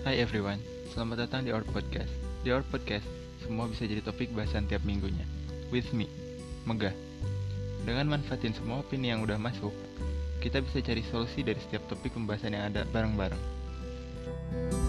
Hi everyone, selamat datang di Our Podcast. Di Our Podcast, semua bisa jadi topik bahasan tiap minggunya. With me, Megah. Dengan manfaatin semua opini yang udah masuk, kita bisa cari solusi dari setiap topik pembahasan yang ada bareng-bareng.